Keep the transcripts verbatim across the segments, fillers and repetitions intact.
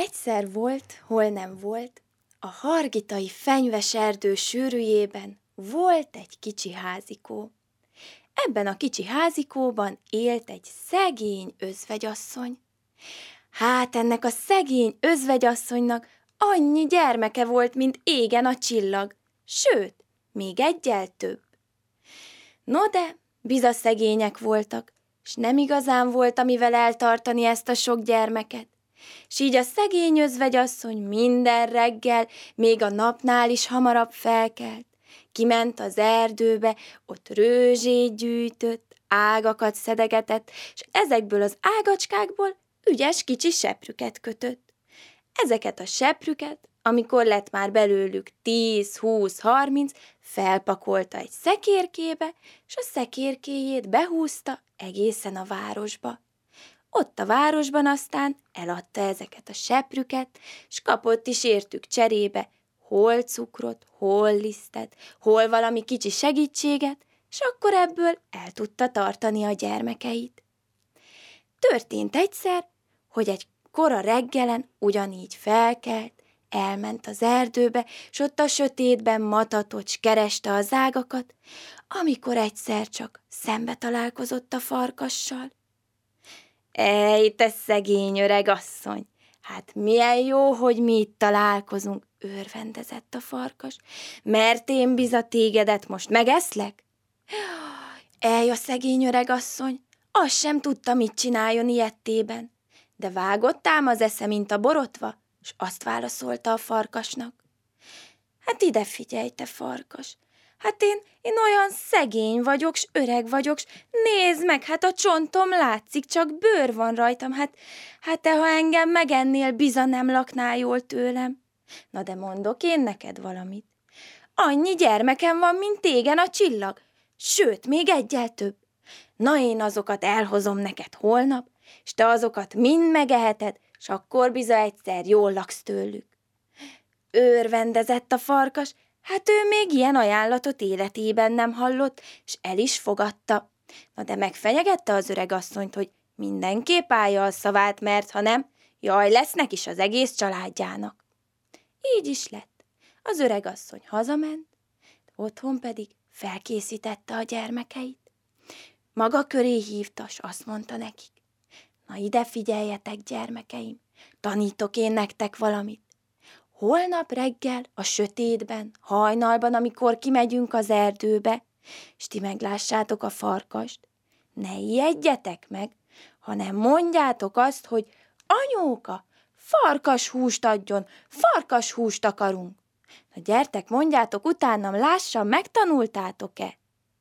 Egyszer volt, hol nem volt, a hargitai fenyves erdő sűrűjében volt egy kicsi házikó. Ebben a kicsi házikóban élt egy szegény özvegyasszony. Hát ennek a szegény özvegyasszonynak annyi gyermeke volt, mint égen a csillag, sőt, még egyel több. No de, biza szegények voltak, s nem igazán volt, amivel eltartani ezt a sok gyermeket. S így a szegény özvegyasszony minden reggel, még a napnál is hamarabb felkelt. Kiment az erdőbe, ott rőzsét gyűjtött, ágakat szedegetett, és ezekből az ágacskákból ügyes kicsi seprüket kötött. Ezeket a seprüket, amikor lett már belőlük tíz, húsz, harminc, felpakolta egy szekérkébe, és a szekérkéjét behúzta egészen a városba. Ott a városban aztán eladta ezeket a seprüket, s kapott is értük cserébe hol cukrot, hol lisztet, hol valami kicsi segítséget, s akkor ebből el tudta tartani a gyermekeit. Történt egyszer, hogy egy kora reggelen ugyanígy felkelt, elment az erdőbe, s ott a sötétben matatott, s kereste az ágakat, amikor egyszer csak szembe találkozott a farkassal. Ej, te szegény öreg asszony! Hát milyen jó, hogy mi itt találkozunk, örvendezett a farkas, mert én biza tégedet most megeszlek? Ej, a szegény öreg asszony, azt sem tudta, mit csináljon ilyettében, de vágott ám az esze, mint a borotva, s azt válaszolta a farkasnak. Hát ide figyelj, te farkas! Hát én, én olyan szegény vagyok, s öreg vagyok, s nézd meg, hát a csontom látszik, csak bőr van rajtam, hát, hát te, ha engem megennél, biza nem laknál jól tőlem. Na de mondok én neked valamit. Annyi gyermekem van, mint tégen a csillag, sőt, még egyel több. Na én azokat elhozom neked holnap, s te azokat mind megeheted, s akkor biza egyszer jól laksz tőlük. Örvendezett a farkas, hát ő még ilyen ajánlatot életében nem hallott, s el is fogadta. Na de megfenyegette az öregasszonyt, hogy mindenképp állja a szavát, mert ha nem, jaj, lesznek is az egész családjának. Így is lett. Az öregasszony hazament, otthon pedig felkészítette a gyermekeit. Maga köré hívta, s azt mondta nekik: na ide figyeljetek, gyermekeim, tanítok én nektek valamit. Holnap reggel, a sötétben, hajnalban, amikor kimegyünk az erdőbe, s ti meglássátok a farkast, ne ijedjetek meg, hanem mondjátok azt, hogy anyóka, farkas húst adjon, farkas húst akarunk. Na gyertek, mondjátok utánam, lássam, megtanultátok-e?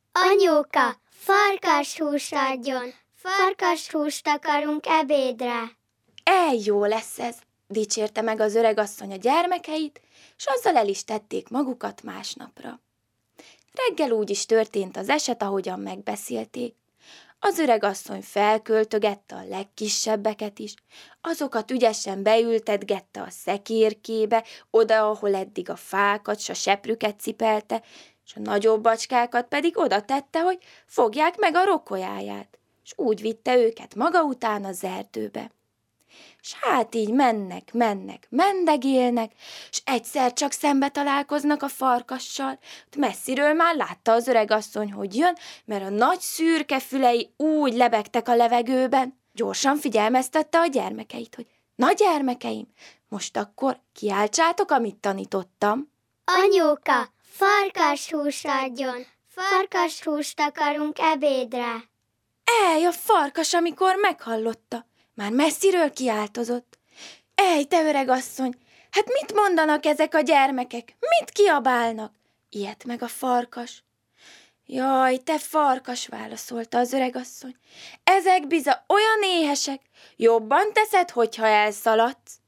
Anyóka, farkas húst adjon, farkas húst akarunk ebédre. Ej, jó lesz ez! Dicsérte meg az öregasszony a gyermekeit, s azzal el is tették magukat másnapra. Reggel úgy is történt az eset, ahogyan megbeszélték. Az öregasszony felköltögette a legkisebbeket is, azokat ügyesen beültetgette a szekérkébe, oda, ahol eddig a fákat, s a seprüket cipelte, s a nagyobb bacskákat pedig oda tette, hogy fogják meg a rokolyáját, s úgy vitte őket maga után az erdőbe. S hát így mennek, mennek, mendegélnek, s egyszer csak szembe találkoznak a farkassal. Messziről már látta az öregasszony, hogy jön, mert a nagy szürke fülei úgy lebegtek a levegőben. Gyorsan figyelmeztette a gyermekeit, hogy na gyermekeim, most akkor kiáltsátok, amit tanítottam. Anyóka, farkas húst adjon, farkas húst akarunk ebédre. Ej, a farkas, amikor meghallotta, már messziről kiáltozott. Ej, te öregasszony, hát mit mondanak ezek a gyermekek? Mit kiabálnak? Ijedt meg a farkas. Jaj, te farkas, válaszolta az öregasszony. Ezek biza olyan éhesek, jobban teszed, hogyha elszaladsz.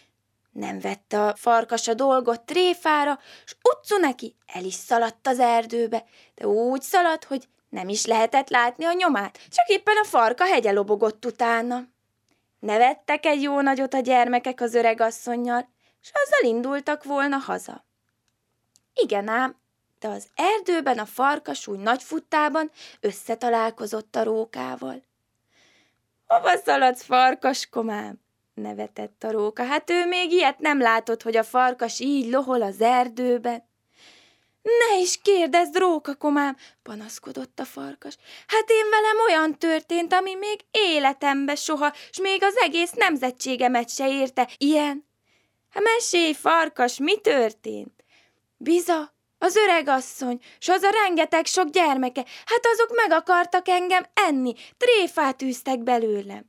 Nem vette a farkas a dolgot tréfára, s utcu neki, el is szaladt az erdőbe, de úgy szaladt, hogy nem is lehetett látni a nyomát, csak éppen a farka hegye lobogott utána. Nevettek egy jó nagyot a gyermekek az öregasszonnyal, s azzal indultak volna haza. Igen ám, de az erdőben a farkas úgy nagy futtában összetalálkozott a rókával. Hova szaladsz, farkaskomám? nevetett a róka. Hát ő még ilyet nem látott, hogy a farkas így lohol az erdőben. Ne is kérdezd, rókakomám, panaszkodott a farkas. Hát én velem olyan történt, ami még életemben soha, s még az egész nemzetségemet se érte. Ilyen? Hát mesélj, farkas, mi történt? Biza, az öregasszony, s az a rengeteg sok gyermeke, hát azok meg akartak engem enni, tréfát űztek belőlem.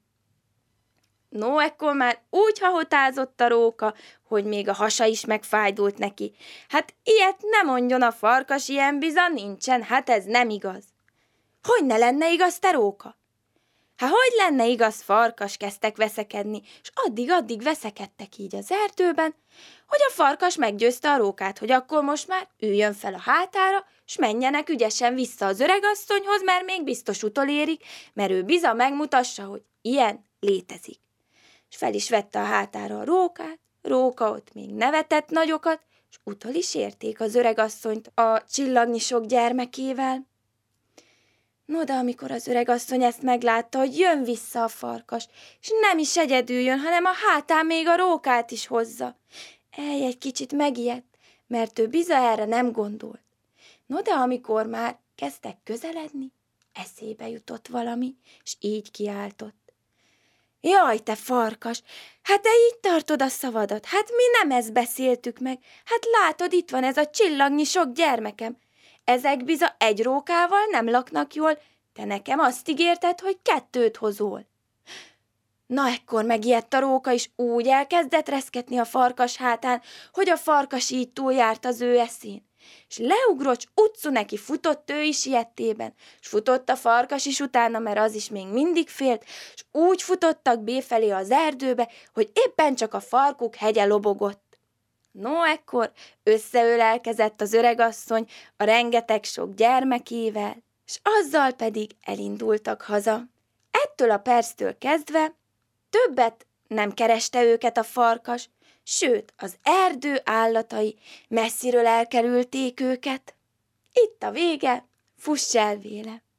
No, ekkor már úgy hahotázott a róka, hogy még a hasa is megfájdult neki. Hát ilyet nem mondjon a farkas, ilyen biza nincsen, hát ez nem igaz. Hogy ne lenne igaz, te róka? Hát hogy lenne igaz, farkas, kezdtek veszekedni, és addig-addig veszekedtek így az erdőben, hogy a farkas meggyőzte a rókát, hogy akkor most már üljön fel a hátára, s menjenek ügyesen vissza az öregasszonyhoz, mert még biztos utolérik, mert ő biza megmutassa, hogy ilyen létezik. És fel is vette a hátára a rókát, róka ott még nevetett nagyokat, és utol is érték az öregasszonyt a csillagnyi sok gyermekével. No, de amikor az öregasszony ezt meglátta, hogy jön vissza a farkas, és nem is egyedül jön, hanem a hátán még a rókát is hozza. Ej, egy kicsit megijedt, mert ő biza erre nem gondolt. No, de amikor már kezdtek közeledni, eszébe jutott valami, és így kiáltott. Jaj, te farkas, hát te így tartod a szavadat, hát mi nem ezt beszéltük meg, hát látod, itt van ez a csillagnyi sok gyermekem. Ezek biza egy rókával nem laknak jól, te nekem azt ígérted, hogy kettőt hozol. Na, ekkor megijedt a róka, és úgy elkezdett reszketni a farkas hátán, hogy a farkas így túljárt az ő eszén. És leugrott, s utcu neki futott ő is ilyettében, s futott a farkas is utána, mert az is még mindig félt, s úgy futottak béfelé az erdőbe, hogy éppen csak a farkuk hegye lobogott. No, ekkor összeölelkezett az öregasszony a rengeteg sok gyermekével, s azzal pedig elindultak haza. Ettől a perctől kezdve többet nem kereste őket a farkas, sőt, az erdő állatai messziről elkerülték őket. Itt a vége, fuss el véle!